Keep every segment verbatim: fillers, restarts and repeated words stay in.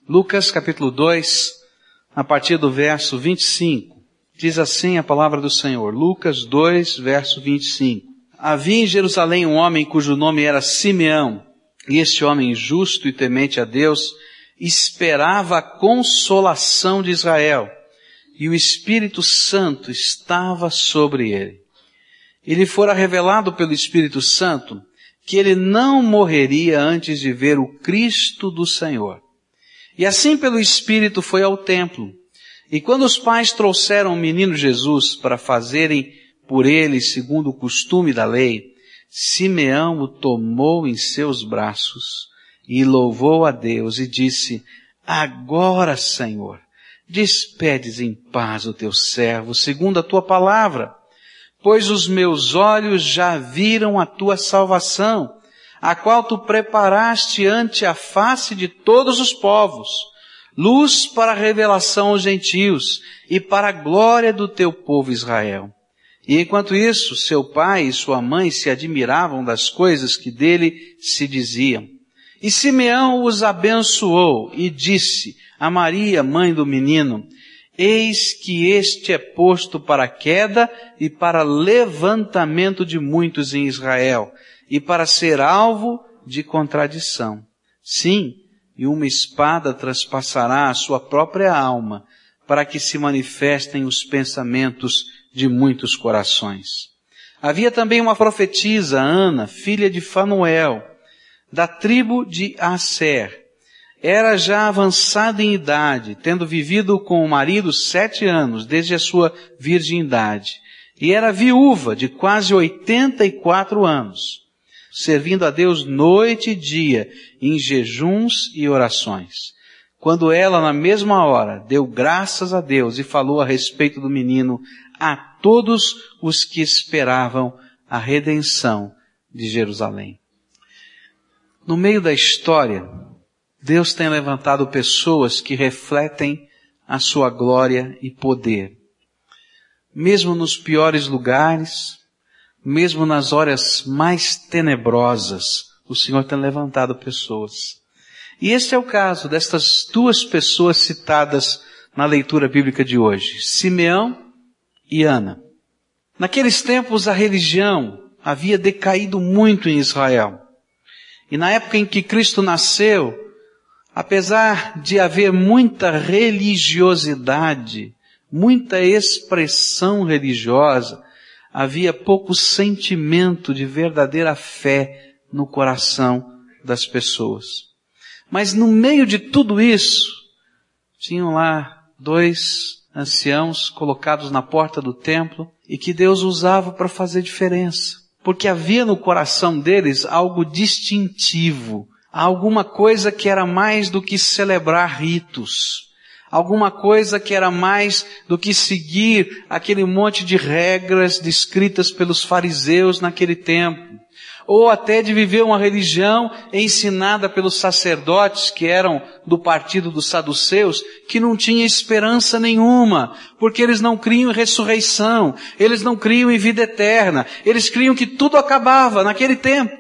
Lucas capítulo dois, a partir do verso vinte e cinco, diz assim a palavra do Senhor. Lucas dois, verso vinte e cinco. Havia em Jerusalém um homem cujo nome era Simeão, e este homem justo e temente a Deus esperava a consolação de Israel, e o Espírito Santo estava sobre ele. E lhe fora revelado pelo Espírito Santo que ele não morreria antes de ver o Cristo do Senhor. E assim pelo Espírito foi ao templo. E quando os pais trouxeram o menino Jesus para fazerem por ele segundo o costume da lei, Simeão o tomou em seus braços e louvou a Deus e disse: Agora, Senhor, despedes em paz o teu servo, segundo a tua palavra, pois os meus olhos já viram a tua salvação, a qual tu preparaste ante a face de todos os povos, luz para a revelação aos gentios e para a glória do teu povo Israel. E enquanto isso, seu pai e sua mãe se admiravam das coisas que dele se diziam. E Simeão os abençoou e disse a Maria, mãe do menino: Eis que este é posto para queda e para levantamento de muitos em Israel, e para ser alvo de contradição. Sim, e uma espada traspassará a sua própria alma, para que se manifestem os pensamentos de muitos corações. Havia também uma profetisa, Ana, filha de Fanuel, da tribo de Asser. Era já avançada em idade, tendo vivido com o marido sete anos, desde a sua virgindade, e era viúva de quase oitenta e quatro anos, servindo a Deus noite e dia, em jejuns e orações. Quando ela, na mesma hora, deu graças a Deus e falou a respeito do menino a todos os que esperavam a redenção de Jerusalém. No meio da história, Deus tem levantado pessoas que refletem a sua glória e poder. Mesmo nos piores lugares, mesmo nas horas mais tenebrosas, o Senhor tem levantado pessoas. E este é o caso destas duas pessoas citadas na leitura bíblica de hoje, Simeão e Ana. Naqueles tempos a religião havia decaído muito em Israel. E na época em que Cristo nasceu, apesar de haver muita religiosidade, muita expressão religiosa, havia pouco sentimento de verdadeira fé no coração das pessoas. Mas no meio de tudo isso, tinham lá dois anciãos colocados na porta do templo e que Deus usava para fazer diferença. Porque havia no coração deles algo distintivo, alguma coisa que era mais do que celebrar ritos, alguma coisa que era mais do que seguir aquele monte de regras descritas pelos fariseus naquele tempo, ou até de viver uma religião ensinada pelos sacerdotes que eram do partido dos saduceus, que não tinha esperança nenhuma, porque eles não criam em ressurreição, eles não criam em vida eterna, eles criam que tudo acabava naquele tempo.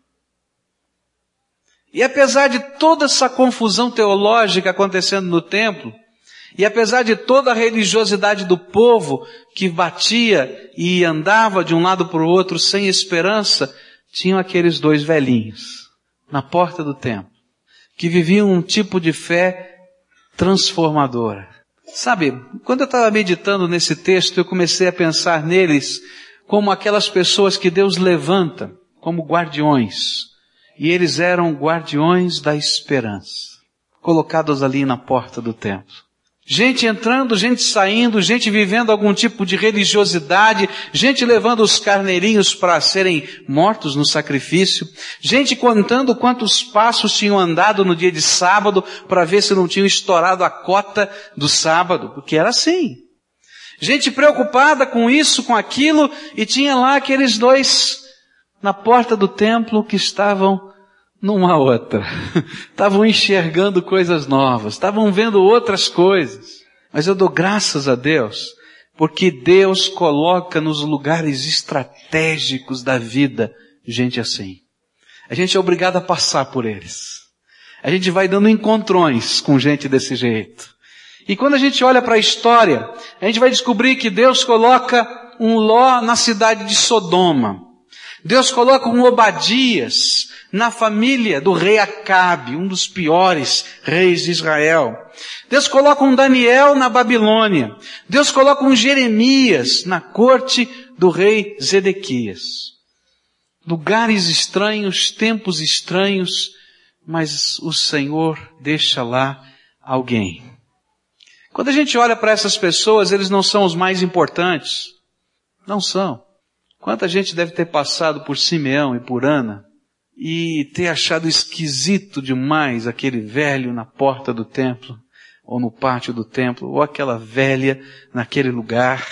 E apesar de toda essa confusão teológica acontecendo no templo, e apesar de toda a religiosidade do povo que batia e andava de um lado para o outro sem esperança, tinham aqueles dois velhinhos na porta do templo, que viviam um tipo de fé transformadora. Sabe, quando eu estava meditando nesse texto, eu comecei a pensar neles como aquelas pessoas que Deus levanta como guardiões. E eles eram guardiões da esperança, colocados ali na porta do templo. Gente entrando, gente saindo, gente vivendo algum tipo de religiosidade, gente levando os carneirinhos para serem mortos no sacrifício, gente contando quantos passos tinham andado no dia de sábado para ver se não tinham estourado a cota do sábado, porque era assim. Gente preocupada com isso, com aquilo, e tinha lá aqueles dois na porta do templo que estavam numa outra. Estavam enxergando coisas novas, estavam vendo outras coisas. Mas eu dou graças a Deus, porque Deus coloca nos lugares estratégicos da vida gente assim. A gente é obrigado a passar por eles. A gente vai dando encontrões com gente desse jeito. E quando a gente olha para a história, a gente vai descobrir que Deus coloca um Ló na cidade de Sodoma. Deus coloca um Obadias na família do rei Acabe, um dos piores reis de Israel. Deus coloca um Daniel na Babilônia. Deus coloca um Jeremias na corte do rei Zedequias. Lugares estranhos, tempos estranhos, mas o Senhor deixa lá alguém. Quando a gente olha para essas pessoas, eles não são os mais importantes. Não são. Quanta gente deve ter passado por Simeão e por Ana e ter achado esquisito demais aquele velho na porta do templo, ou no pátio do templo, ou aquela velha naquele lugar.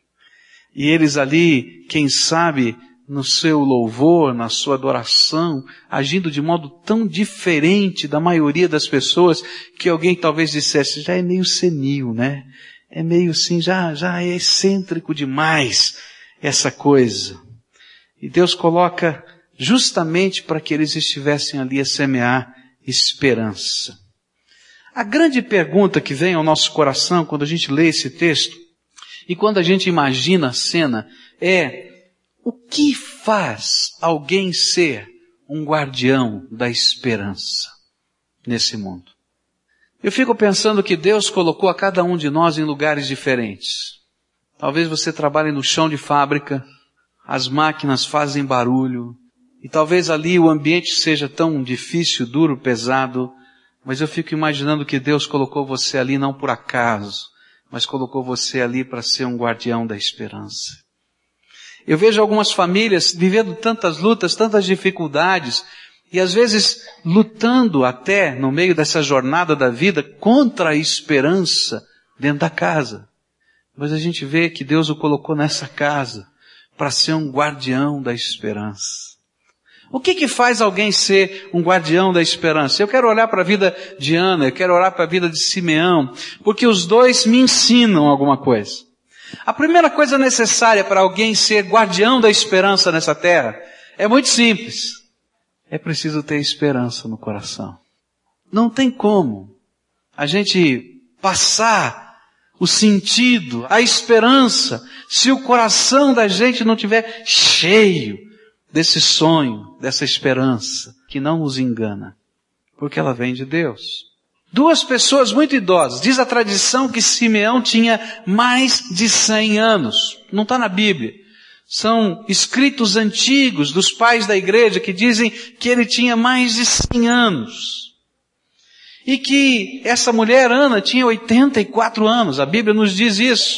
E eles ali, quem sabe, no seu louvor, na sua adoração, agindo de modo tão diferente da maioria das pessoas, que alguém talvez dissesse, já é meio senil, né? É meio assim, já, já é excêntrico demais essa coisa. E Deus coloca justamente para que eles estivessem ali a semear esperança. A grande pergunta que vem ao nosso coração quando a gente lê esse texto, e quando a gente imagina a cena, é: o que faz alguém ser um guardião da esperança nesse mundo? Eu fico pensando que Deus colocou a cada um de nós em lugares diferentes. Talvez você trabalhe no chão de fábrica, as máquinas fazem barulho, e talvez ali o ambiente seja tão difícil, duro, pesado, mas eu fico imaginando que Deus colocou você ali não por acaso, mas colocou você ali para ser um guardião da esperança. Eu vejo algumas famílias vivendo tantas lutas, tantas dificuldades, e às vezes lutando até no meio dessa jornada da vida contra a esperança dentro da casa. Mas a gente vê que Deus o colocou nessa casa para ser um guardião da esperança. O que que faz alguém ser um guardião da esperança? Eu quero olhar para a vida de Ana, eu quero olhar para a vida de Simeão, porque os dois me ensinam alguma coisa. A primeira coisa necessária para alguém ser guardião da esperança nessa terra é muito simples. É preciso ter esperança no coração. Não tem como a gente passar o sentido, a esperança, se o coração da gente não estiver cheio desse sonho, dessa esperança, que não nos engana, porque ela vem de Deus. Duas pessoas muito idosas, diz a tradição que Simeão tinha mais de cem anos, não está na Bíblia. São escritos antigos dos pais da igreja que dizem que ele tinha mais de cem anos. E que essa mulher, Ana, tinha oitenta e quatro anos. A Bíblia nos diz isso.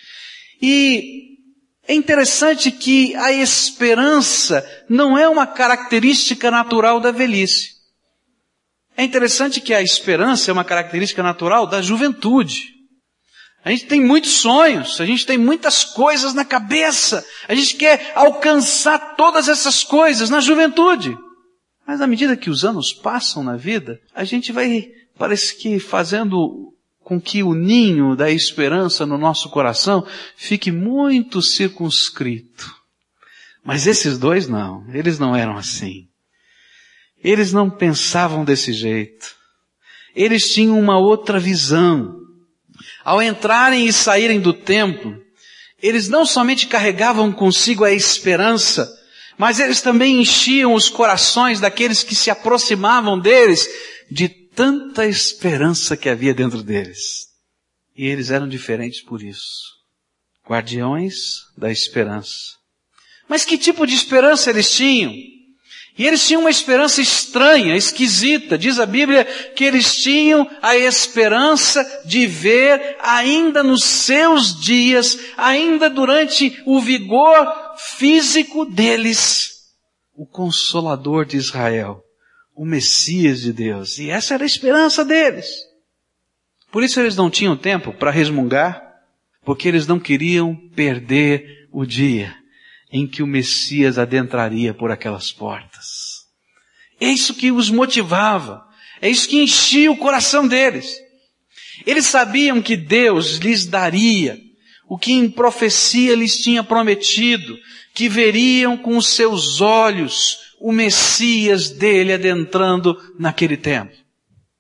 E é interessante que a esperança não é uma característica natural da velhice. É interessante que a esperança é uma característica natural da juventude. A gente tem muitos sonhos, a gente tem muitas coisas na cabeça, a gente quer alcançar todas essas coisas na juventude. Mas à medida que os anos passam na vida, a gente vai, parece que fazendo com que o ninho da esperança no nosso coração fique muito circunscrito. Mas esses dois não, eles não eram assim. Eles não pensavam desse jeito. Eles tinham uma outra visão. Ao entrarem e saírem do templo, eles não somente carregavam consigo a esperança, mas eles também enchiam os corações daqueles que se aproximavam deles de tanta esperança que havia dentro deles. E eles eram diferentes por isso. Guardiões da esperança. Mas que tipo de esperança eles tinham? E eles tinham uma esperança estranha, esquisita. Diz a Bíblia que eles tinham a esperança de ver ainda nos seus dias, ainda durante o vigor físico deles, o Consolador de Israel, o Messias de Deus. E essa era a esperança deles. Por isso eles não tinham tempo para resmungar, porque eles não queriam perder o dia em que o Messias adentraria por aquelas portas. É isso que os motivava. É isso que enchia o coração deles. Eles sabiam que Deus lhes daria o que em profecia lhes tinha prometido, que veriam com os seus olhos o Messias dele adentrando naquele templo.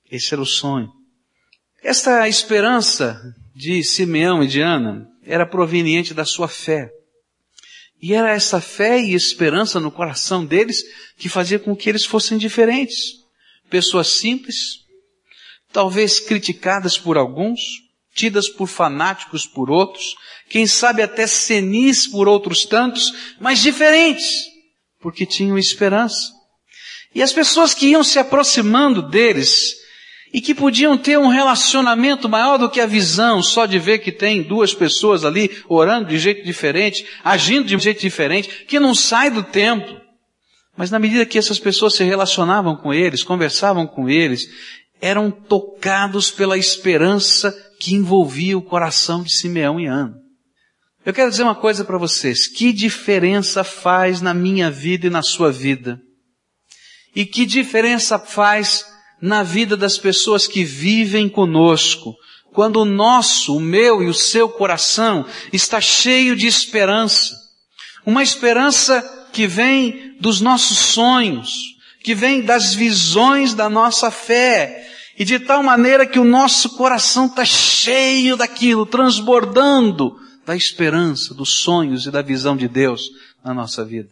Esse era o sonho. Esta esperança de Simeão e de Ana era proveniente da sua fé. E era essa fé e esperança no coração deles que fazia com que eles fossem diferentes. Pessoas simples, talvez criticadas por alguns, tidas por fanáticos por outros, quem sabe até senis por outros tantos, mas diferentes, porque tinham esperança. E as pessoas que iam se aproximando deles, e que podiam ter um relacionamento maior do que a visão, só de ver que tem duas pessoas ali, orando de jeito diferente, agindo de um jeito diferente, que não sai do templo. Mas na medida que essas pessoas se relacionavam com eles, conversavam com eles, eram tocados pela esperança que envolvia o coração de Simeão e Ana. Eu quero dizer uma coisa para vocês, que diferença faz na minha vida e na sua vida? E que diferença faz na vida das pessoas que vivem conosco, quando o nosso, o meu e o seu coração está cheio de esperança. Uma esperança que vem dos nossos sonhos, que vem das visões da nossa fé, e de tal maneira que o nosso coração está cheio daquilo, transbordando da esperança, dos sonhos e da visão de Deus na nossa vida.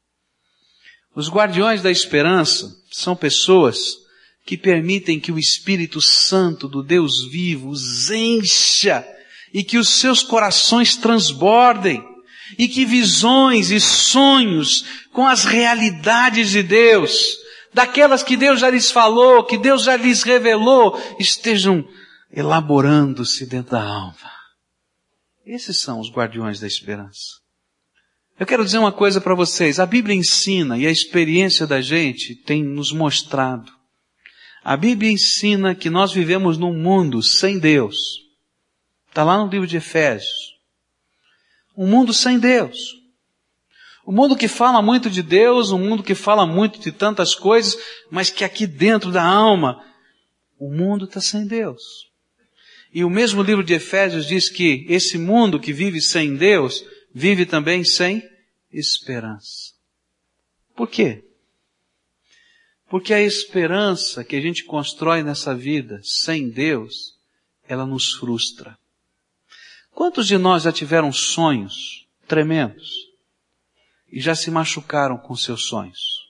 Os guardiões da esperança são pessoas que permitem que o Espírito Santo do Deus vivo os encha e que os seus corações transbordem e que visões e sonhos com as realidades de Deus, daquelas que Deus já lhes falou, que Deus já lhes revelou, estejam elaborando-se dentro da alma. Esses são os guardiões da esperança. Eu quero dizer uma coisa para vocês, a Bíblia ensina e a experiência da gente tem nos mostrado. A Bíblia ensina que nós vivemos num mundo sem Deus. Está lá no livro de Efésios. Um mundo sem Deus. Um mundo que fala muito de Deus, um mundo que fala muito de tantas coisas, mas que aqui dentro da alma, o mundo está sem Deus. E o mesmo livro de Efésios diz que esse mundo que vive sem Deus, vive também sem esperança. Por quê? Porque a esperança que a gente constrói nessa vida sem Deus, ela nos frustra. Quantos de nós já tiveram sonhos tremendos e já se machucaram com seus sonhos?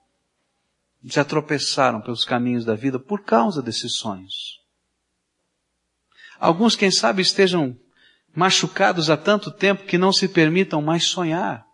Já tropeçaram pelos caminhos da vida por causa desses sonhos? Alguns, quem sabe, estejam machucados há tanto tempo que não se permitam mais sonhar.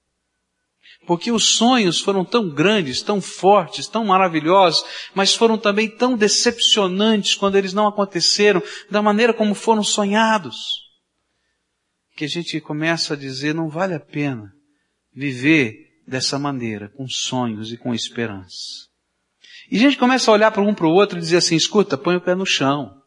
Porque os sonhos foram tão grandes, tão fortes, tão maravilhosos, mas foram também tão decepcionantes quando eles não aconteceram da maneira como foram sonhados. Que a gente começa a dizer, não vale a pena viver dessa maneira, com sonhos e com esperança. E a gente começa a olhar para um para o outro e dizer assim, escuta, põe o pé no chão.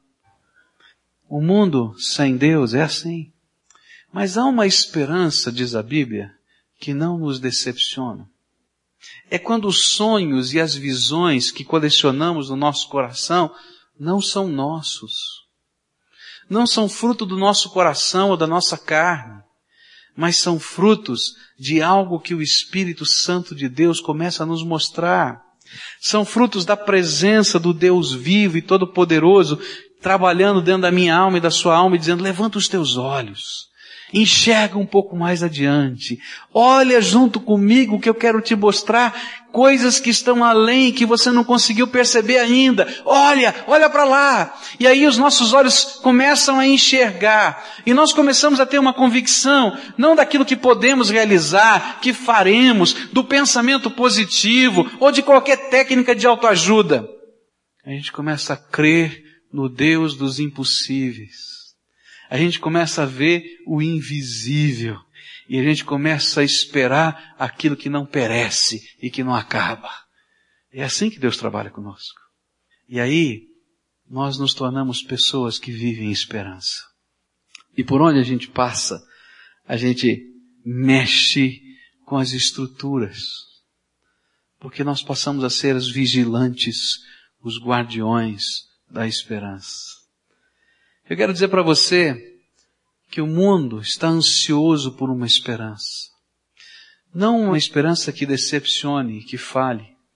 O mundo sem Deus é assim. Mas há uma esperança, diz a Bíblia, que não nos decepciona. É quando os sonhos e as visões que colecionamos no nosso coração não são nossos. Não são fruto do nosso coração ou da nossa carne, mas são frutos de algo que o Espírito Santo de Deus começa a nos mostrar. São frutos da presença do Deus vivo e todo-poderoso trabalhando dentro da minha alma e da sua alma e dizendo, levanta os teus olhos. Enxerga um pouco mais adiante. Olha junto comigo que eu quero te mostrar coisas que estão além, que você não conseguiu perceber ainda. Olha, olha para lá. E aí os nossos olhos começam a enxergar. E nós começamos a ter uma convicção, não daquilo que podemos realizar, que faremos, do pensamento positivo, ou de qualquer técnica de autoajuda. A gente começa a crer no Deus dos impossíveis. A gente começa a ver o invisível. E a gente começa a esperar aquilo que não perece e que não acaba. É assim que Deus trabalha conosco. E aí, nós nos tornamos pessoas que vivem em esperança. E por onde a gente passa, a gente mexe com as estruturas. Porque nós passamos a ser os vigilantes, os guardiões da esperança. Eu quero dizer para você que o mundo está ansioso por uma esperança. Não uma esperança que decepcione, que fale,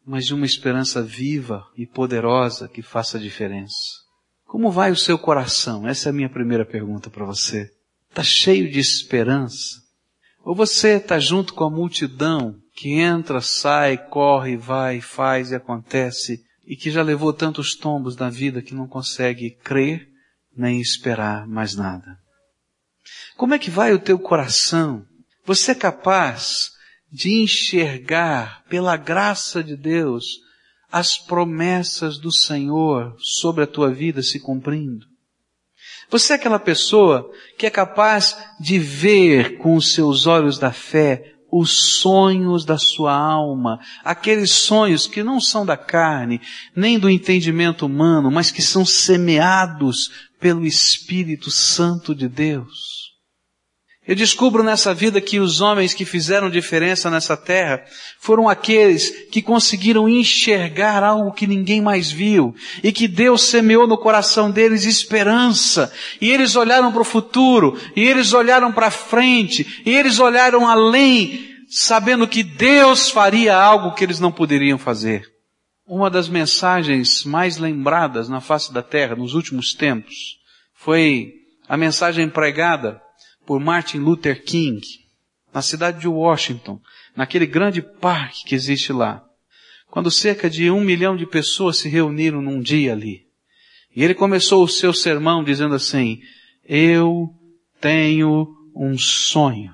mas de uma esperança viva e poderosa que faça diferença. Como vai o seu coração? Essa é a minha primeira pergunta para você. Está cheio de esperança? Ou você está junto com a multidão que entra, sai, corre, vai, faz e acontece e que já levou tantos tombos na vida que não consegue crer nem esperar mais nada? Como é que vai o teu coração? Você é capaz de enxergar, pela graça de Deus, as promessas do Senhor sobre a tua vida se cumprindo? Você é aquela pessoa que é capaz de ver com os seus olhos da fé os sonhos da sua alma, aqueles sonhos que não são da carne, nem do entendimento humano, mas que são semeados pelo Espírito Santo de Deus. Eu descubro nessa vida que os homens que fizeram diferença nessa terra foram aqueles que conseguiram enxergar algo que ninguém mais viu e que Deus semeou no coração deles esperança. E eles olharam para o futuro, e eles olharam para frente, e eles olharam além, sabendo que Deus faria algo que eles não poderiam fazer. Uma das mensagens mais lembradas na face da terra nos últimos tempos foi a mensagem pregada por Martin Luther King, na cidade de Washington, naquele grande parque que existe lá, quando cerca de um milhão de pessoas se reuniram num dia ali. E ele começou o seu sermão dizendo assim: eu tenho um sonho.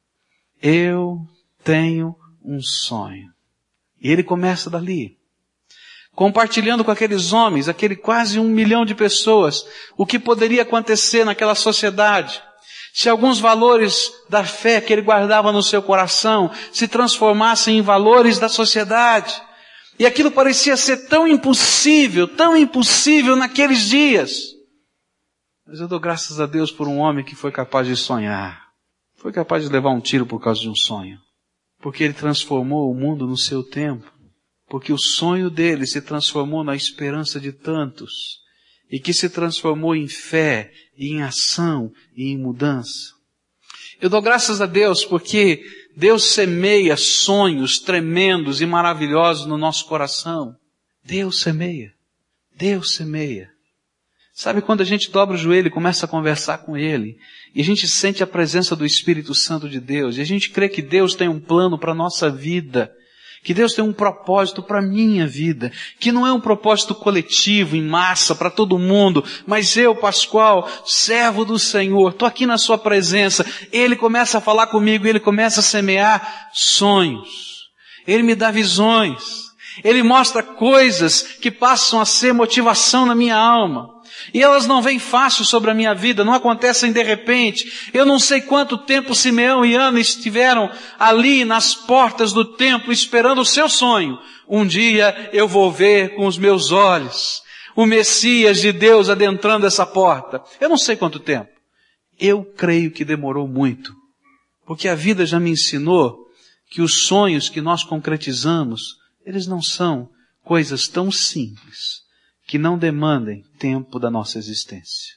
Eu tenho um sonho. E ele começa dali, compartilhando com aqueles homens, aquele quase um milhão de pessoas, o que poderia acontecer naquela sociedade se alguns valores da fé que ele guardava no seu coração se transformassem em valores da sociedade. E aquilo parecia ser tão impossível, tão impossível naqueles dias. Mas eu dou graças a Deus por um homem que foi capaz de sonhar. Foi capaz de levar um tiro por causa de um sonho. Porque ele transformou o mundo no seu tempo. Porque o sonho dele se transformou na esperança de tantos. E que se transformou em fé, em ação e em mudança. Eu dou graças a Deus porque Deus semeia sonhos tremendos e maravilhosos no nosso coração. Deus semeia. Deus semeia. Sabe quando a gente dobra o joelho e começa a conversar com Ele, e a gente sente a presença do Espírito Santo de Deus, e a gente crê que Deus tem um plano para a nossa vida, que Deus tem um propósito para a minha vida, que não é um propósito coletivo, em massa, para todo mundo, mas eu, Pascoal, servo do Senhor, estou aqui na sua presença. Ele começa a falar comigo, Ele começa a semear sonhos, Ele me dá visões, Ele mostra coisas que passam a ser motivação na minha alma. E elas não vêm fácil sobre a minha vida, não acontecem de repente. Eu não sei quanto tempo Simeão e Ana estiveram ali nas portas do templo esperando o seu sonho. Um dia eu vou ver com os meus olhos o Messias de Deus adentrando essa porta. Eu não sei quanto tempo. Eu creio que demorou muito. Porque a vida já me ensinou que os sonhos que nós concretizamos, eles não são coisas tão simples que não demandem tempo da nossa existência.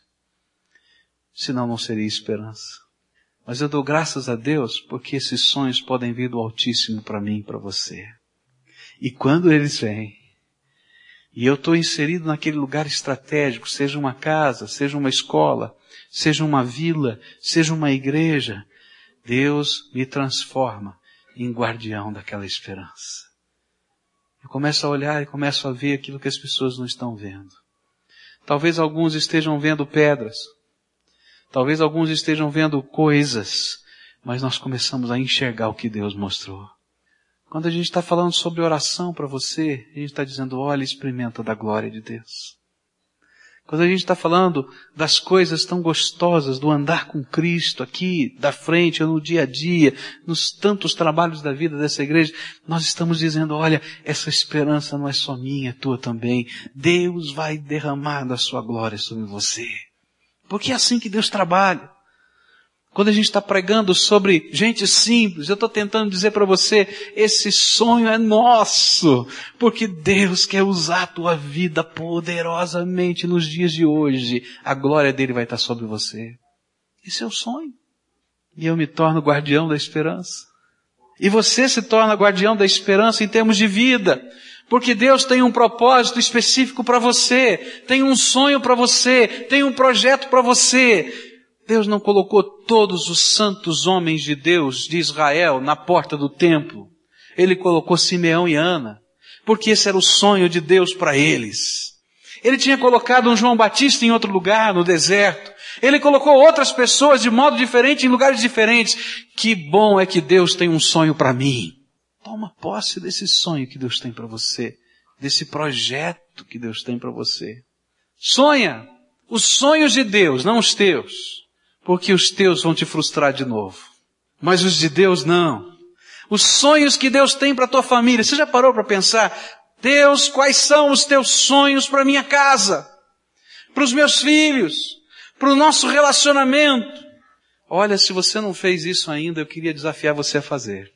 Senão não seria esperança. Mas eu dou graças a Deus porque esses sonhos podem vir do Altíssimo para mim e para você. E quando eles vêm, e eu estou inserido naquele lugar estratégico, seja uma casa, seja uma escola, seja uma vila, seja uma igreja, Deus me transforma em guardião daquela esperança. Eu começo a olhar e começo a ver aquilo que as pessoas não estão vendo. Talvez alguns estejam vendo pedras. Talvez alguns estejam vendo coisas. Mas nós começamos a enxergar o que Deus mostrou. Quando a gente está falando sobre oração para você, a gente está dizendo, olha, experimenta da glória de Deus. Quando a gente está falando das coisas tão gostosas, do andar com Cristo aqui, da frente, ou no dia a dia, nos tantos trabalhos da vida dessa igreja, nós estamos dizendo, olha, essa esperança não é só minha, é tua também. Deus vai derramar da sua glória sobre você. Porque é assim que Deus trabalha. Quando a gente está pregando sobre gente simples, eu estou tentando dizer para você, esse sonho é nosso, porque Deus quer usar a tua vida poderosamente nos dias de hoje. A glória dele vai estar sobre você. Esse é o sonho. E eu me torno guardião da esperança. E você se torna guardião da esperança em termos de vida. Porque Deus tem um propósito específico para você, tem um sonho para você, tem um projeto para você. Deus não colocou todos os santos homens de Deus de Israel na porta do templo. Ele colocou Simeão e Ana, porque esse era o sonho de Deus para eles. Ele tinha colocado um João Batista em outro lugar, no deserto. Ele colocou outras pessoas de modo diferente, em lugares diferentes. Que bom é que Deus tem um sonho para mim. Toma posse desse sonho que Deus tem para você, desse projeto que Deus tem para você. Sonha os sonhos de Deus, não os teus. Porque os teus vão te frustrar de novo. Mas os de Deus não. Os sonhos que Deus tem para a tua família. Você já parou para pensar? Deus, quais são os teus sonhos para a minha casa? Para os meus filhos? Para o nosso relacionamento? Olha, se você não fez isso ainda, eu queria desafiar você a fazer.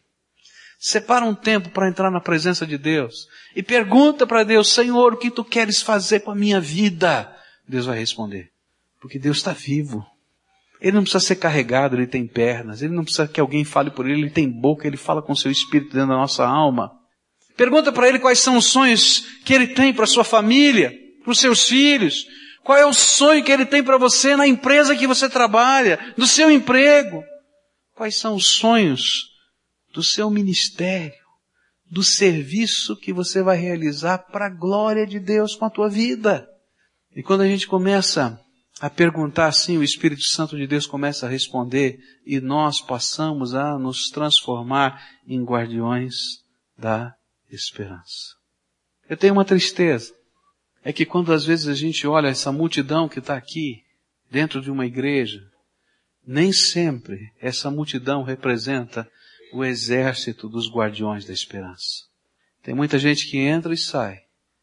Separa um tempo para entrar na presença de Deus. E pergunta para Deus, Senhor, o que tu queres fazer com a minha vida? Deus vai responder. Porque Deus está vivo. Ele não precisa ser carregado, ele tem pernas. Ele não precisa que alguém fale por ele, ele tem boca, ele fala com seu espírito dentro da nossa alma. Pergunta para ele quais são os sonhos que ele tem para a sua família, para os seus filhos. Qual é o sonho que ele tem para você na empresa que você trabalha, do seu emprego. Quais são os sonhos do seu ministério, do serviço que você vai realizar para a glória de Deus com a tua vida. E quando a gente começa a perguntar assim, o Espírito Santo de Deus começa a responder e nós passamos a nos transformar em guardiões da esperança. Eu tenho uma tristeza. É que quando às vezes a gente olha essa multidão que está aqui, dentro de uma igreja, nem sempre essa multidão representa o exército dos guardiões da esperança. Tem muita gente que entra e sai,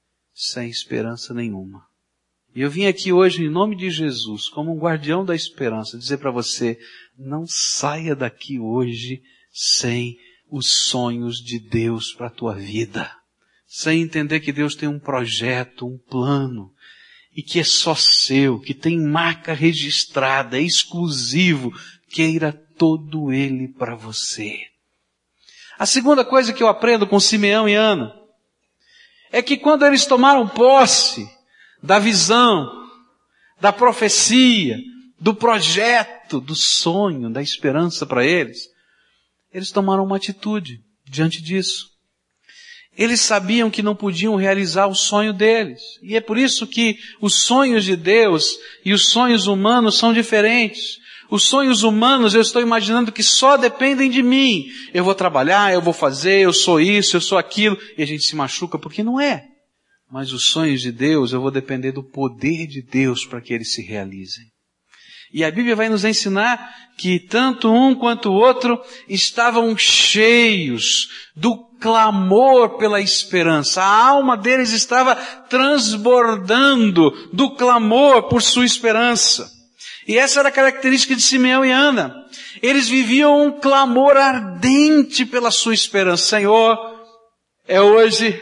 sem esperança nenhuma. E eu vim aqui hoje, em nome de Jesus, como um guardião da esperança, dizer para você, não saia daqui hoje sem os sonhos de Deus para a tua vida. Sem entender que Deus tem um projeto, um plano, e que é só seu, que tem marca registrada, é exclusivo, queira todo ele para você. A segunda coisa que eu aprendo com Simeão e Ana, é que quando eles tomaram posse da visão, da profecia, do projeto, do sonho, da esperança para eles, eles tomaram uma atitude diante disso. Eles sabiam que não podiam realizar o sonho deles. E é por isso que os sonhos de Deus e os sonhos humanos são diferentes. Os sonhos humanos eu estou imaginando que só dependem de mim. Eu vou trabalhar, eu vou fazer, eu sou isso, eu sou aquilo. E a gente se machuca porque não é. Mas os sonhos de Deus, eu vou depender do poder de Deus para que eles se realizem. E a Bíblia vai nos ensinar que tanto um quanto o outro estavam cheios do clamor pela esperança. A alma deles estava transbordando do clamor por sua esperança. E essa era a característica de Simeão e Ana. Eles viviam um clamor ardente pela sua esperança. Senhor, é hoje.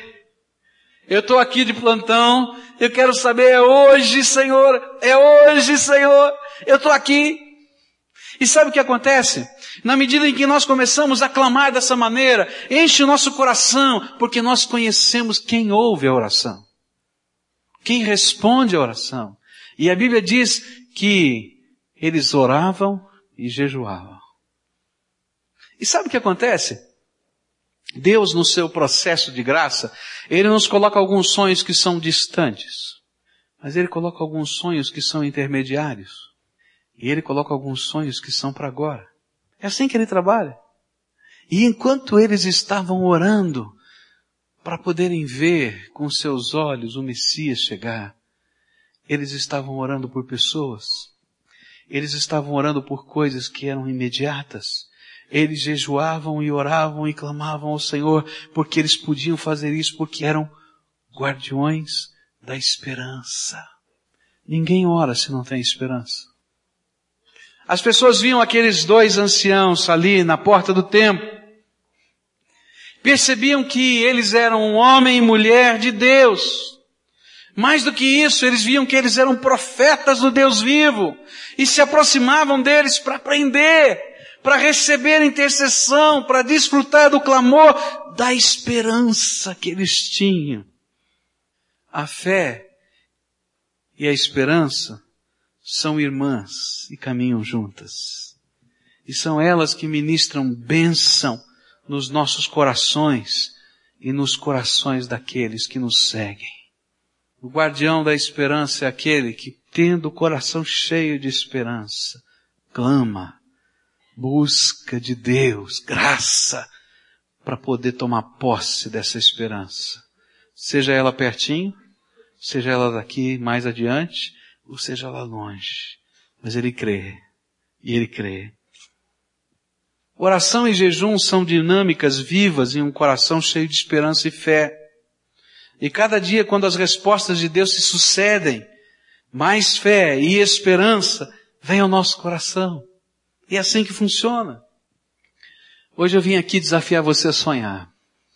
Eu estou aqui de plantão, eu quero saber, é hoje, Senhor, é hoje, Senhor, eu estou aqui. E sabe o que acontece? Na medida em que nós começamos a clamar dessa maneira, enche o nosso coração, porque nós conhecemos quem ouve a oração, quem responde a oração. E a Bíblia diz que eles oravam e jejuavam. E sabe o que acontece? Deus, no seu processo de graça, Ele nos coloca alguns sonhos que são distantes. Mas Ele coloca alguns sonhos que são intermediários. E Ele coloca alguns sonhos que são para agora. É assim que Ele trabalha. E enquanto eles estavam orando, para poderem ver com seus olhos o Messias chegar, eles estavam orando por pessoas. Eles estavam orando por coisas que eram imediatas. Eles jejuavam e oravam e clamavam ao Senhor, porque eles podiam fazer isso, porque eram guardiões da esperança. Ninguém ora se não tem esperança. As pessoas viam aqueles dois anciãos ali na porta do templo. Percebiam que eles eram um homem e mulher de Deus. Mais do que isso, eles viam que eles eram profetas do Deus vivo. E se aproximavam deles para aprender, para receber intercessão, para desfrutar do clamor da esperança que eles tinham. A fé e a esperança são irmãs e caminham juntas. E são elas que ministram bênção nos nossos corações e nos corações daqueles que nos seguem. O guardião da esperança é aquele que, tendo o coração cheio de esperança, clama, busca de Deus graça para poder tomar posse dessa esperança. Seja ela pertinho, seja ela daqui mais adiante, ou seja lá longe. Mas ele crê, e ele crê. Oração e jejum são dinâmicas vivas em um coração cheio de esperança e fé. E cada dia, quando as respostas de Deus se sucedem, mais fé e esperança vem ao nosso coração. E é assim que funciona. Hoje eu vim aqui desafiar você a sonhar.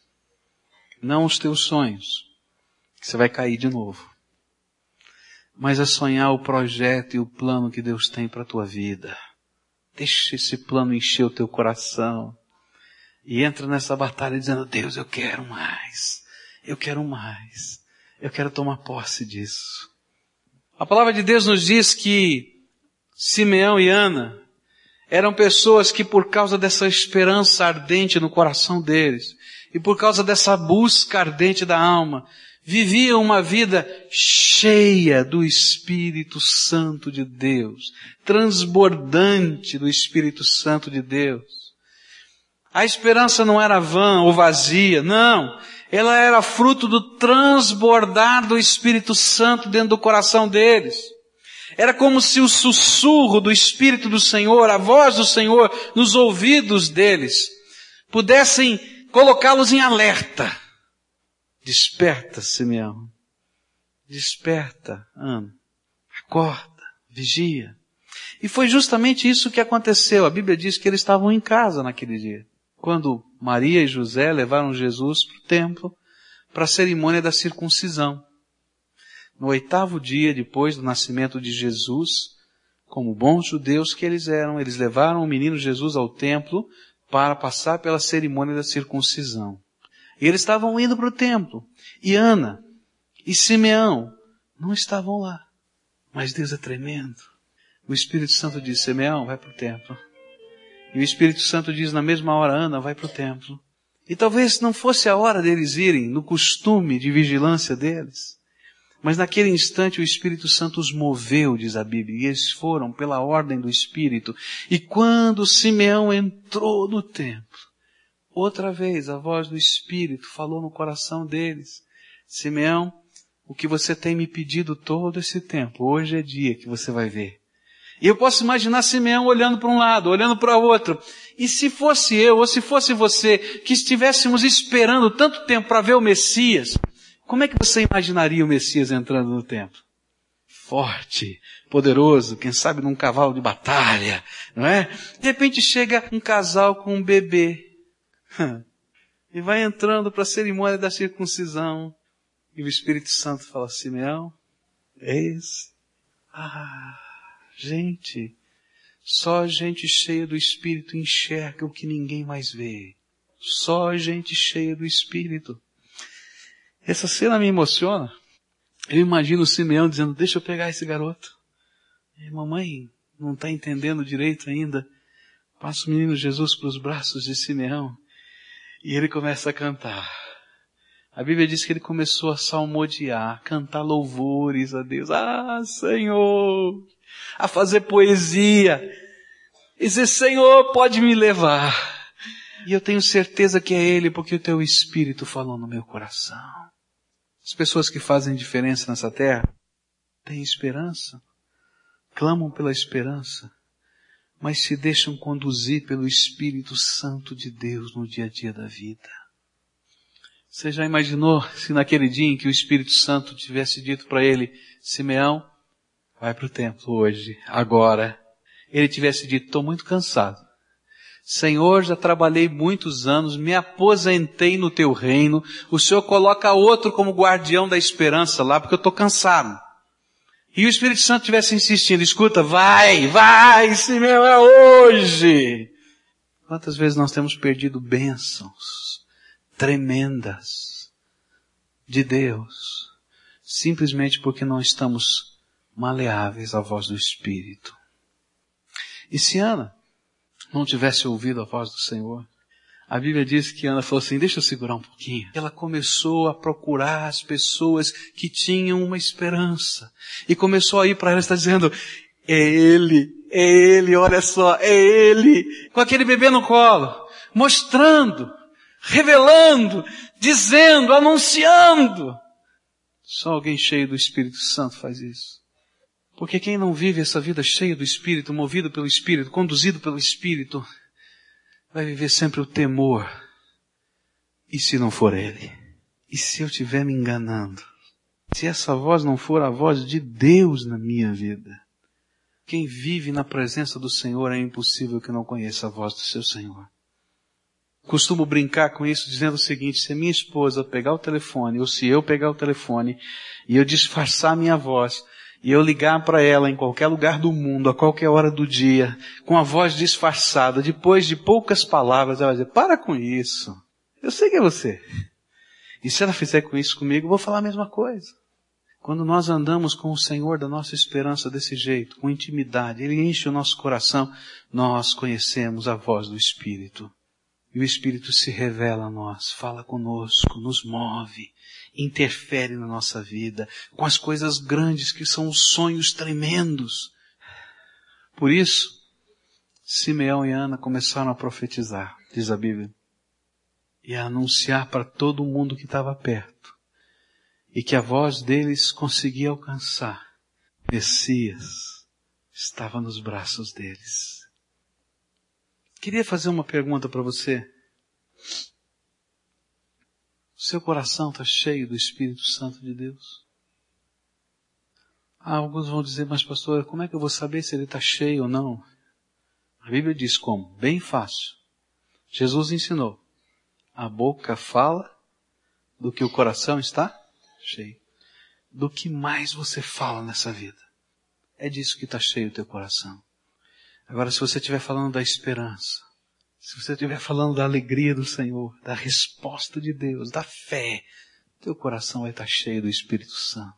Não os teus sonhos, que você vai cair de novo. Mas a sonhar o projeto e o plano que Deus tem para a tua vida. Deixa esse plano encher o teu coração. E entra nessa batalha dizendo, Deus, eu quero mais. Eu quero mais. Eu quero tomar posse disso. A palavra de Deus nos diz que Simeão e Ana eram pessoas que, por causa dessa esperança ardente no coração deles, e por causa dessa busca ardente da alma, viviam uma vida cheia do Espírito Santo de Deus, transbordante do Espírito Santo de Deus. A esperança não era vã ou vazia, não. Ela era fruto do transbordar do Espírito Santo dentro do coração deles. Era como se o sussurro do Espírito do Senhor, a voz do Senhor nos ouvidos deles, pudessem colocá-los em alerta. Desperta, Simeão. Desperta, Ana. Acorda, vigia. E foi justamente isso que aconteceu. A Bíblia diz que eles estavam em casa naquele dia, quando Maria e José levaram Jesus para o templo para a cerimônia da circuncisão. No oitavo dia depois do nascimento de Jesus, como bons judeus que eles eram, eles levaram o menino Jesus ao templo para passar pela cerimônia da circuncisão. E eles estavam indo para o templo. E Ana e Simeão não estavam lá. Mas Deus é tremendo. O Espírito Santo diz, Simeão, vai para o templo. E o Espírito Santo diz na mesma hora, Ana, vai para o templo. E talvez não fosse a hora deles irem no costume de vigilância deles. Mas naquele instante o Espírito Santo os moveu, diz a Bíblia. E eles foram pela ordem do Espírito. E quando Simeão entrou no templo, outra vez a voz do Espírito falou no coração deles. Simeão, o que você tem me pedido todo esse tempo, hoje é dia que você vai ver. E eu posso imaginar Simeão olhando para um lado, olhando para o outro. E se fosse eu, ou se fosse você, que estivéssemos esperando tanto tempo para ver o Messias, como é que você imaginaria o Messias entrando no templo? Forte, poderoso, quem sabe num cavalo de batalha, não é? De repente chega um casal com um bebê. E vai entrando para a cerimônia da circuncisão. E o Espírito Santo fala, Simeão, é esse? Ah, gente, só gente cheia do Espírito enxerga o que ninguém mais vê. Só gente cheia do Espírito. Essa cena me emociona. Eu imagino o Simeão dizendo, deixa eu pegar esse garoto. E mamãe não está entendendo direito ainda. Passa o menino Jesus para os braços de Simeão. E ele começa a cantar. A Bíblia diz que ele começou a salmodiar, a cantar louvores a Deus. Ah, Senhor! A fazer poesia. E dizer, Senhor, pode me levar. E eu tenho certeza que é Ele, porque o Teu Espírito falou no meu coração. As pessoas que fazem diferença nessa terra têm esperança, clamam pela esperança, mas se deixam conduzir pelo Espírito Santo de Deus no dia a dia da vida. Você já imaginou se naquele dia em que o Espírito Santo tivesse dito para ele, Simeão, vai para o templo hoje, agora. Ele tivesse dito, estou muito cansado. Senhor, já trabalhei muitos anos, me aposentei no teu reino, o Senhor coloca outro como guardião da esperança lá, porque eu estou cansado. E o Espírito Santo tivesse insistindo, escuta, vai, vai, Simeão, é hoje. Quantas vezes nós temos perdido bênçãos tremendas de Deus, simplesmente porque não estamos maleáveis à voz do Espírito. E se Ana não tivesse ouvido a voz do Senhor, a Bíblia diz que Ana falou assim, deixa eu segurar um pouquinho. Ela começou a procurar as pessoas que tinham uma esperança. E começou a ir para ela e está dizendo, é Ele, é Ele, olha só, é Ele. Com aquele bebê no colo, mostrando, revelando, dizendo, anunciando. Só alguém cheio do Espírito Santo faz isso. Porque quem não vive essa vida cheia do Espírito, movido pelo Espírito, conduzido pelo Espírito, vai viver sempre o temor. E se não for Ele? E se eu estiver me enganando? Se essa voz não for a voz de Deus na minha vida? Quem vive na presença do Senhor é impossível que não conheça a voz do seu Senhor. Costumo brincar com isso dizendo o seguinte, se a minha esposa pegar o telefone, ou se eu pegar o telefone, e eu disfarçar a minha voz, e eu ligar para ela em qualquer lugar do mundo, a qualquer hora do dia, com a voz disfarçada, depois de poucas palavras, ela vai dizer, para com isso. Eu sei que é você. E se ela fizer com isso comigo, eu vou falar a mesma coisa. Quando nós andamos com o Senhor da nossa esperança desse jeito, com intimidade, Ele enche o nosso coração, nós conhecemos a voz do Espírito. E o Espírito se revela a nós, fala conosco, nos move, interfere na nossa vida, com as coisas grandes que são os sonhos tremendos. Por isso, Simeão e Ana começaram a profetizar, diz a Bíblia, e a anunciar para todo mundo que estava perto, e que a voz deles conseguia alcançar. Messias estava nos braços deles. Queria fazer uma pergunta para você. O seu coração está cheio do Espírito Santo de Deus? Ah, alguns vão dizer, mas pastor, como é que eu vou saber se ele está cheio ou não? A Bíblia diz como? Bem fácil. Jesus ensinou. A boca fala do que o coração está cheio. Do que mais você fala nessa vida. É disso que está cheio o teu coração. Agora, se você estiver falando da esperança, se você estiver falando da alegria do Senhor, da resposta de Deus, da fé, teu coração vai estar cheio do Espírito Santo.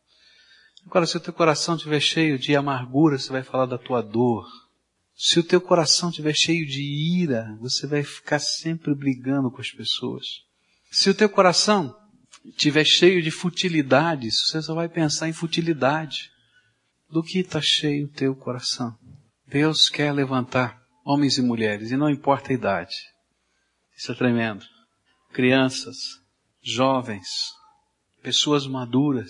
Agora, se o teu coração estiver cheio de amargura, você vai falar da tua dor. Se o teu coração estiver cheio de ira, você vai ficar sempre brigando com as pessoas. Se o teu coração estiver cheio de futilidades, você só vai pensar em futilidade. Do que está cheio o teu coração? Deus quer levantar homens e mulheres, e não importa a idade. Isso é tremendo. Crianças, jovens, pessoas maduras,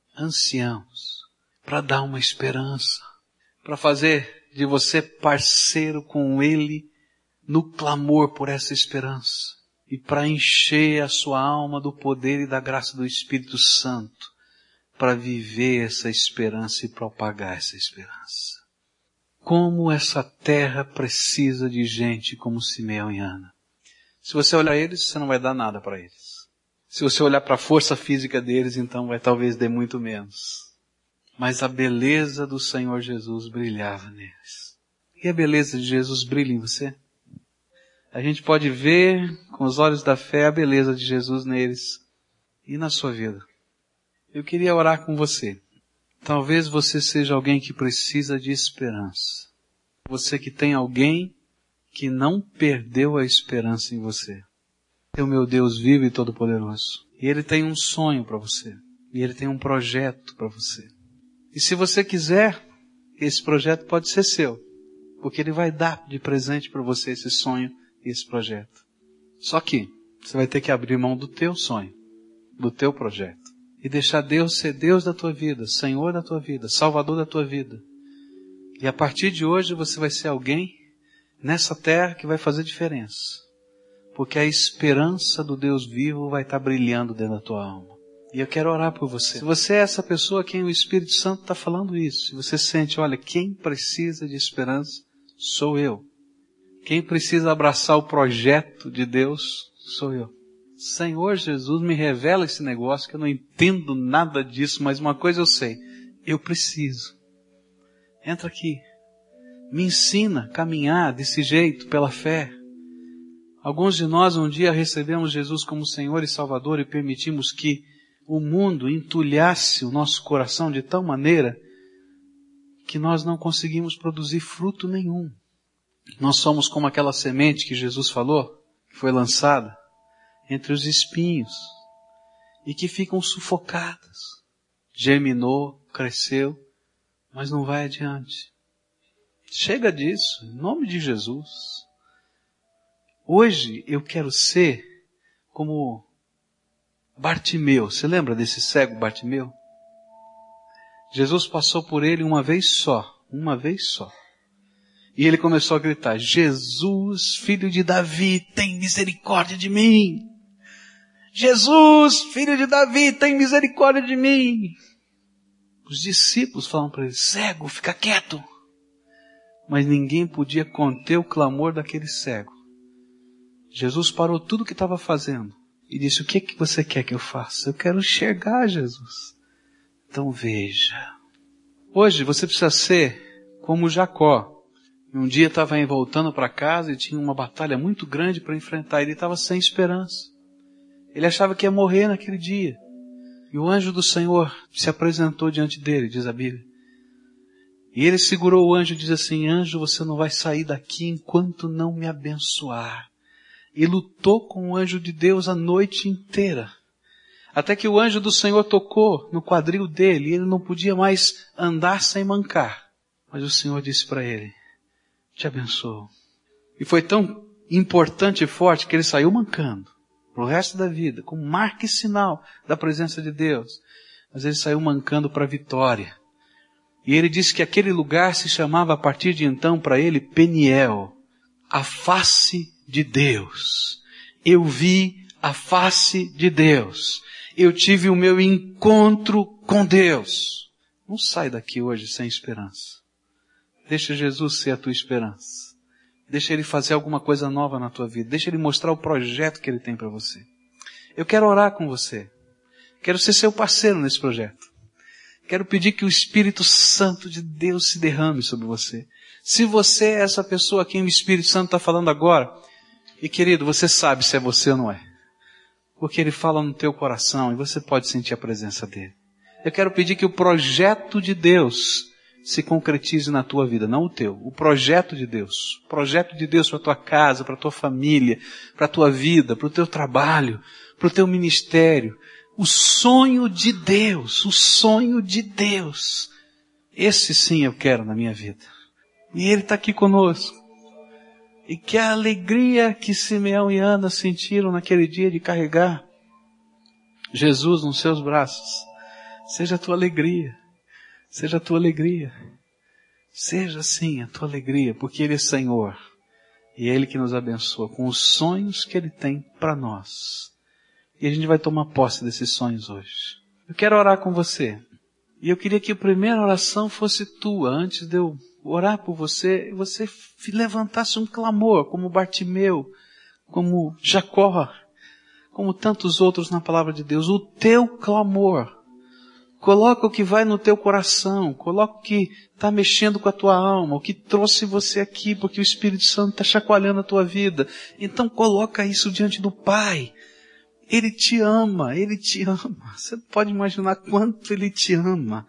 anciãos, para dar uma esperança, para fazer de você parceiro com Ele no clamor por essa esperança, e para encher a sua alma do poder e da graça do Espírito Santo, para viver essa esperança e propagar essa esperança. Como essa terra precisa de gente como Simeão e Ana. Se você olhar eles, você não vai dar nada para eles. Se você olhar para a força física deles, então vai talvez dê muito menos. Mas a beleza do Senhor Jesus brilhava neles. E a beleza de Jesus brilha em você? A gente pode ver com os olhos da fé a beleza de Jesus neles e na sua vida. Eu queria orar com você. Talvez você seja alguém que precisa de esperança. Você que tem alguém que não perdeu a esperança em você. É o meu Deus vivo e todo-poderoso. E Ele tem um sonho para você. E Ele tem um projeto para você. E se você quiser, esse projeto pode ser seu. Porque Ele vai dar de presente para você esse sonho e esse projeto. Só que você vai ter que abrir mão do teu sonho, do teu projeto. E deixar Deus ser Deus da tua vida, Senhor da tua vida, Salvador da tua vida. E a partir de hoje você vai ser alguém nessa terra que vai fazer diferença. Porque a esperança do Deus vivo vai estar brilhando dentro da tua alma. E eu quero orar por você. Se você é essa pessoa a quem o Espírito Santo está falando isso, se você sente, olha, quem precisa de esperança sou eu. Quem precisa abraçar o projeto de Deus sou eu. Senhor Jesus, me revela esse negócio que eu não entendo nada disso, mas uma coisa eu sei, eu preciso. Entra aqui, me ensina a caminhar desse jeito, pela fé. Alguns de nós um dia recebemos Jesus como Senhor e Salvador e permitimos que o mundo entulhasse o nosso coração de tal maneira que nós não conseguimos produzir fruto nenhum. Nós somos como aquela semente que Jesus falou, que foi lançada entre os espinhos e que ficam sufocadas. Germinou, cresceu, mas não vai adiante. Chega disso, em nome de Jesus. Hoje eu quero ser como Bartimeu. Você lembra desse cego Bartimeu? Jesus passou por ele uma vez só, uma vez só. E ele começou a gritar, Jesus, filho de Davi, tem misericórdia de mim. Jesus, filho de Davi, tem misericórdia de mim. Os discípulos falam para ele, cego, fica quieto. Mas ninguém podia conter o clamor daquele cego. Jesus parou tudo o que estava fazendo e disse, o que, que você quer que eu faça? Eu quero enxergar, Jesus. Então veja. Hoje você precisa ser como Jacó. Um dia estava voltando para casa e tinha uma batalha muito grande para enfrentar. Ele estava sem esperança. Ele achava que ia morrer naquele dia. E o anjo do Senhor se apresentou diante dele, diz a Bíblia. E ele segurou o anjo e diz assim, anjo, você não vai sair daqui enquanto não me abençoar. E lutou com o anjo de Deus a noite inteira. Até que o anjo do Senhor tocou no quadril dele e ele não podia mais andar sem mancar. Mas o Senhor disse para ele, te abençoo. E foi tão importante e forte que ele saiu mancando para o resto da vida, como marca e sinal da presença de Deus. Mas ele saiu mancando para a vitória. E ele disse que aquele lugar se chamava a partir de então para ele Peniel, a face de Deus. Eu vi a face de Deus. Eu tive o meu encontro com Deus. Não sai daqui hoje sem esperança. Deixa Jesus ser a tua esperança. Deixa Ele fazer alguma coisa nova na tua vida. Deixa Ele mostrar o projeto que Ele tem para você. Eu quero orar com você. Quero ser seu parceiro nesse projeto. Quero pedir que o Espírito Santo de Deus se derrame sobre você. Se você é essa pessoa a quem o Espírito Santo está falando agora, e querido, você sabe se é você ou não é. Porque Ele fala no teu coração e você pode sentir a presença dEle. Eu quero pedir que o projeto de Deus se concretize na tua vida, não o teu. O projeto de Deus. O projeto de Deus para a tua casa, para a tua família, para a tua vida, para o teu trabalho, para o teu ministério. O sonho de Deus, o sonho de Deus. Esse sim eu quero na minha vida. E Ele está aqui conosco. E que a alegria que Simeão e Ana sentiram naquele dia de carregar Jesus nos seus braços, seja a tua alegria. Seja a tua alegria. Seja sim a tua alegria, porque Ele é Senhor. E é Ele que nos abençoa com os sonhos que Ele tem para nós. E a gente vai tomar posse desses sonhos hoje. Eu quero orar com você. E eu queria que a primeira oração fosse tua, antes de eu orar por você, você levantasse um clamor, como Bartimeu, como Jacó, como tantos outros na palavra de Deus. O teu clamor. Coloca o que vai no teu coração, coloca o que está mexendo com a tua alma, o que trouxe você aqui, porque o Espírito Santo está chacoalhando a tua vida. Então coloca isso diante do Pai. Ele te ama, Ele te ama. Você pode imaginar quanto Ele te ama.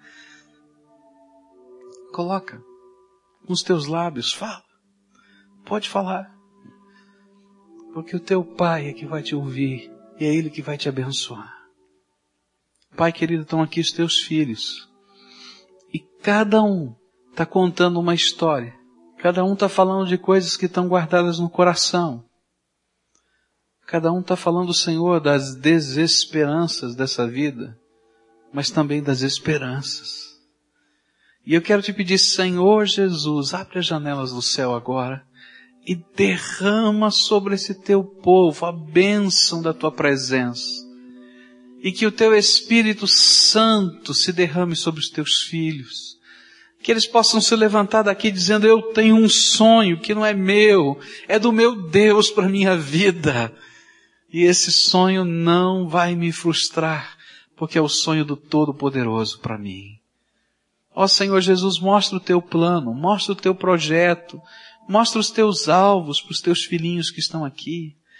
Coloca com os teus lábios, fala. Pode falar. Porque o teu Pai é que vai te ouvir e é Ele que vai te abençoar. Pai querido, estão aqui os teus filhos. E cada um está contando uma história. Cada um está falando de coisas que estão guardadas no coração. Cada um está falando, Senhor, das desesperanças dessa vida, mas também das esperanças. E eu quero te pedir, Senhor Jesus, abre as janelas do céu agora e derrama sobre esse teu povo a bênção da tua presença. E que o teu Espírito Santo se derrame sobre os teus filhos. Que eles possam se levantar daqui dizendo, eu tenho um sonho que não é meu, é do meu Deus para a minha vida. E esse sonho não vai me frustrar, porque é o sonho do Todo-Poderoso para mim. Ó Senhor Jesus, mostra o teu plano, mostra o teu projeto, mostra os teus alvos para os teus filhinhos que estão aqui.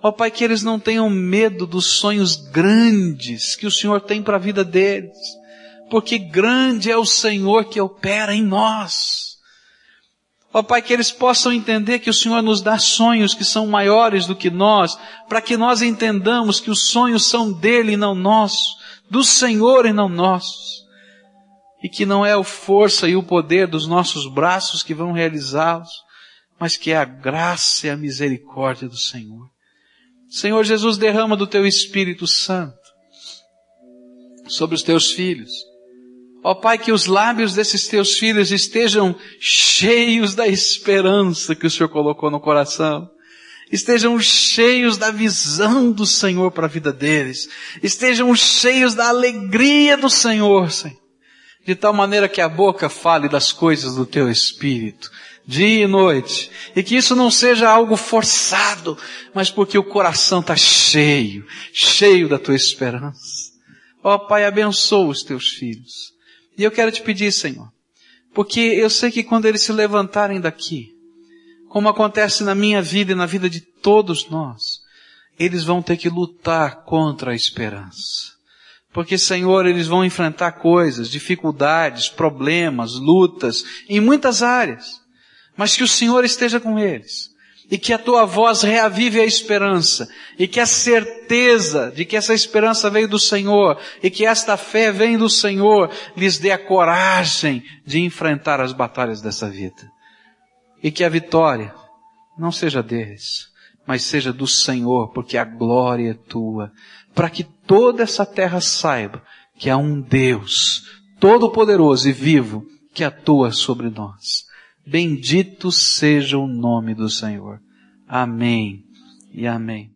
Ó Pai, que eles não tenham medo dos sonhos grandes que o Senhor tem para a vida deles, porque grande é o Senhor que opera em nós. Ó Pai, que eles possam entender que o Senhor nos dá sonhos que são maiores do que nós, para que nós entendamos que os sonhos são dele e não nossos, do Senhor e não nossos, e que não é a força e o poder dos nossos braços que vão realizá-los, mas que é a graça e a misericórdia do Senhor. Senhor Jesus, derrama do Teu Espírito Santo sobre os Teus filhos. Ó Pai, que os lábios desses Teus filhos estejam cheios da esperança que o Senhor colocou no coração. Estejam cheios da visão do Senhor para a vida deles. Estejam cheios da alegria do Senhor, Senhor. De tal maneira que a boca fale das coisas do Teu Espírito, dia e noite. E que isso não seja algo forçado, mas porque o coração está cheio, cheio da Tua esperança. Ó Pai, abençoa os Teus filhos. E eu quero te pedir, Senhor, porque eu sei que quando eles se levantarem daqui, como acontece na minha vida e na vida de todos nós, eles vão ter que lutar contra a esperança. Porque, Senhor, eles vão enfrentar coisas, dificuldades, problemas, lutas, em muitas áreas. Mas que o Senhor esteja com eles. E que a Tua voz reavive a esperança. E que a certeza de que essa esperança veio do Senhor. E que esta fé vem do Senhor. Lhes dê a coragem de enfrentar as batalhas dessa vida. E que a vitória não seja deles, mas seja do Senhor, porque a glória é Tua. Para que toda essa terra saiba que há um Deus todo-poderoso e vivo que atua sobre nós. Bendito seja o nome do Senhor. Amém e amém.